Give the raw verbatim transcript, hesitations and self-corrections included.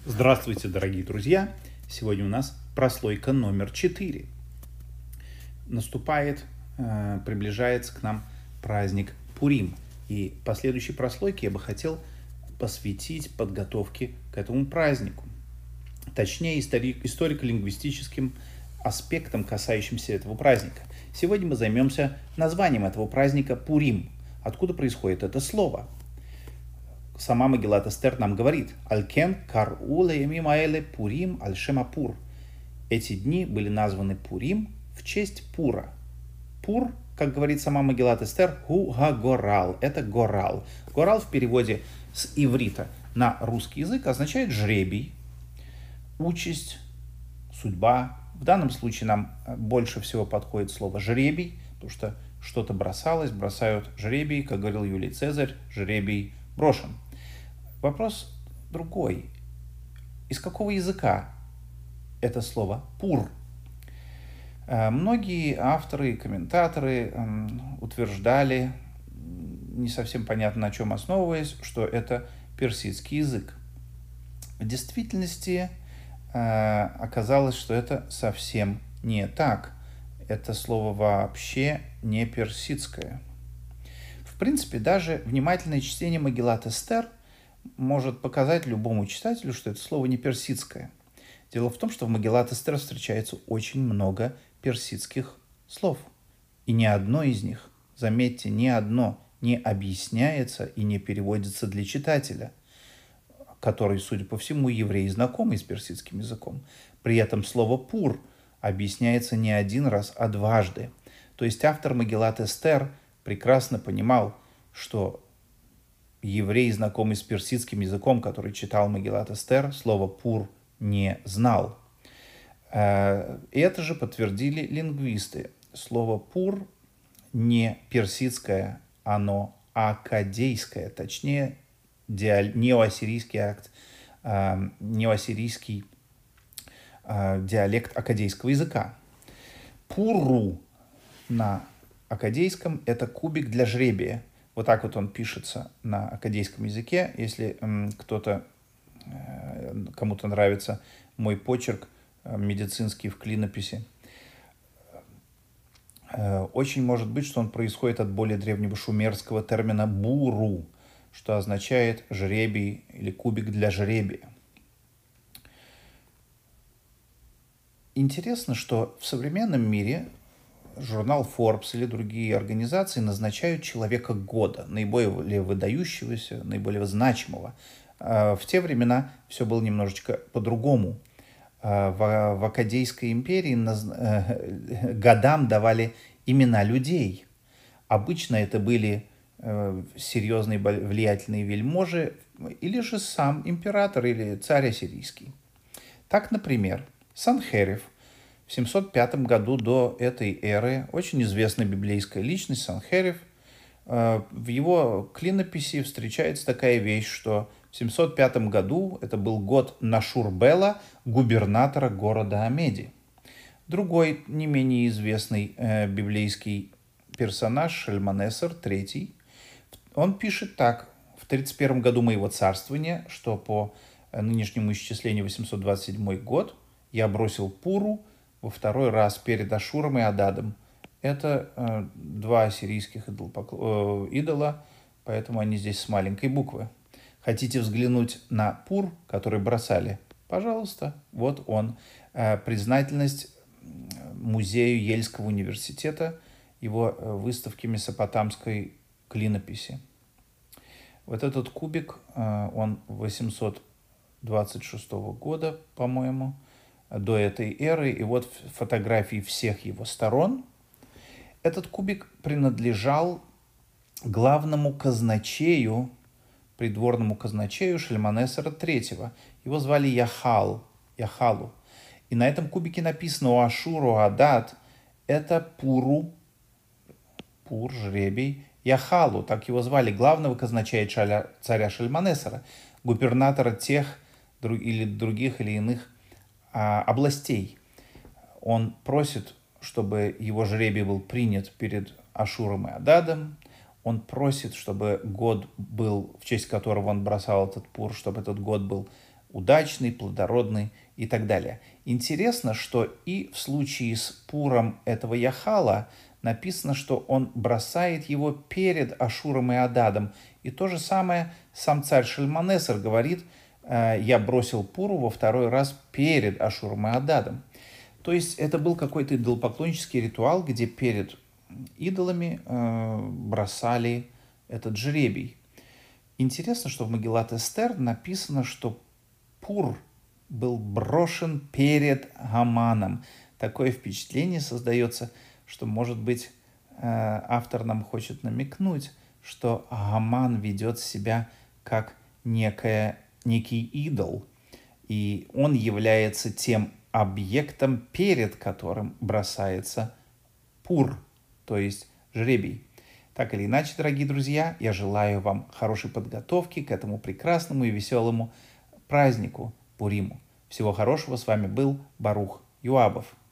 Здравствуйте, дорогие друзья! Сегодня у нас прослойка номер четыре. Наступает, э, приближается к нам праздник Пурим. И последующей прослойке я бы хотел посвятить подготовке к этому празднику. Точнее, истори- историко-лингвистическим аспектам, касающимся этого праздника. Сегодня мы займемся названием этого праздника Пурим. Откуда происходит это слово? Сама Мегилат Эстер нам говорит: «Алькен кару леемим аэле Пурим аль-шема Пур». Эти дни были названы Пурим в честь Пура. Пур, как говорит сама Мегилат Эстер, гу га горал. Это горал. Горал в переводе с иврита на русский язык означает жребий, участь, судьба. В данном случае нам больше всего подходит слово жребий, потому что что-то бросалось, бросают жребий, как говорил Юлий Цезарь, жребий брошен. Вопрос другой. Из какого языка это слово «пур»? Многие авторы и комментаторы утверждали, не совсем понятно на чем основываясь, что это персидский язык. В действительности оказалось, что это совсем не так. Это слово вообще не персидское. В принципе, даже внимательное чтение Мегилат Эстер может показать любому читателю, что это слово не персидское. Дело в том, что в Мегилат Эстер встречается очень много персидских слов. И ни одно из них, заметьте, ни одно не объясняется и не переводится для читателя, который, судя по всему, еврей, знакомый с персидским языком. При этом слово «пур» объясняется не один раз, а дважды. То есть автор Мегилат Эстер прекрасно понимал, что еврей, знакомый с персидским языком, который читал Мегилат Эстер, слово «пур» не знал. И это же подтвердили лингвисты. Слово «пур» не персидское, оно аккадейское, точнее, неоассирийский акт, неоассирийский диалект аккадейского языка. Пуру на аккадейском – это кубик для жребия. Вот так вот он пишется на аккадейском языке. Если м, кто-то, э, кому-то нравится мой почерк э, медицинский в клинописи, э, очень может быть, что он происходит от более древнего шумерского термина «буру», что означает «жребий» или «кубик для жребия». Интересно, что в современном мире журнал Forbes или другие организации назначают человека года, наиболее выдающегося, наиболее значимого. В те времена все было немножечко по-другому. В, в Аккадейской империи годам давали имена людей. Обычно это были серьезные влиятельные вельможи или же сам император или царь ассирийский. Так, например, Санхерев в семьсот пятом году до этой эры, очень известная библейская личность Санхерев, в его клинописи встречается такая вещь, что в семьсот пятом году, это был год Нашур-Бела, губернатора города Амеди. Другой, не менее известный э, библейский персонаж, Шальманесер третий, он пишет так: в тридцать первом году моего царствования, что по нынешнему исчислению восемьсот двадцать седьмой год, я бросил Пуру во второй раз перед Ашуром и Ададом. Это э, два ассирийских идол, э, идола, поэтому они здесь с маленькой буквы. Хотите взглянуть на Пур, который бросали? Пожалуйста, вот он. Э, признательность музею Ельского университета, его э, выставке месопотамской клинописи. Вот этот кубик, э, он восемьсот двадцать шестого года, по-моему, до этой эры, и вот фотографии всех его сторон. Этот кубик принадлежал главному казначею, придворному казначею Шальманесера третьего. Его звали Яхал, Яхалу. И на этом кубике написано у Ашуру Адад, это Пуру, Пур, жребий, Яхалу, так его звали, главного казначея царя Шальманесера, губернатора тех или других или иных областей. Он просит, чтобы его жребий был принят перед Ашуром и Ададом. Он просит, чтобы год был, в честь которого он бросал этот пур, чтобы этот год был удачный, плодородный и так далее. Интересно, что и в случае с Пуром этого Яхала написано, что он бросает его перед Ашуром и Ададом. И то же самое сам царь Шальманесер говорит: «Я бросил Пуру во второй раз перед Ашуром и Ададом». То есть это был какой-то идолопоклоннический ритуал, где перед идолами э, бросали этот жребий. Интересно, что в Магилат Эстер написано, что Пур был брошен перед Гаманом. Такое впечатление создается, что, может быть, э, автор нам хочет намекнуть, что Гаман ведет себя как некая, некий идол, и он является тем объектом, перед которым бросается Пур, то есть жребий. Так или иначе, дорогие друзья, я желаю вам хорошей подготовки к этому прекрасному и веселому празднику Пуриму. Всего хорошего. С вами был Барух Юабов.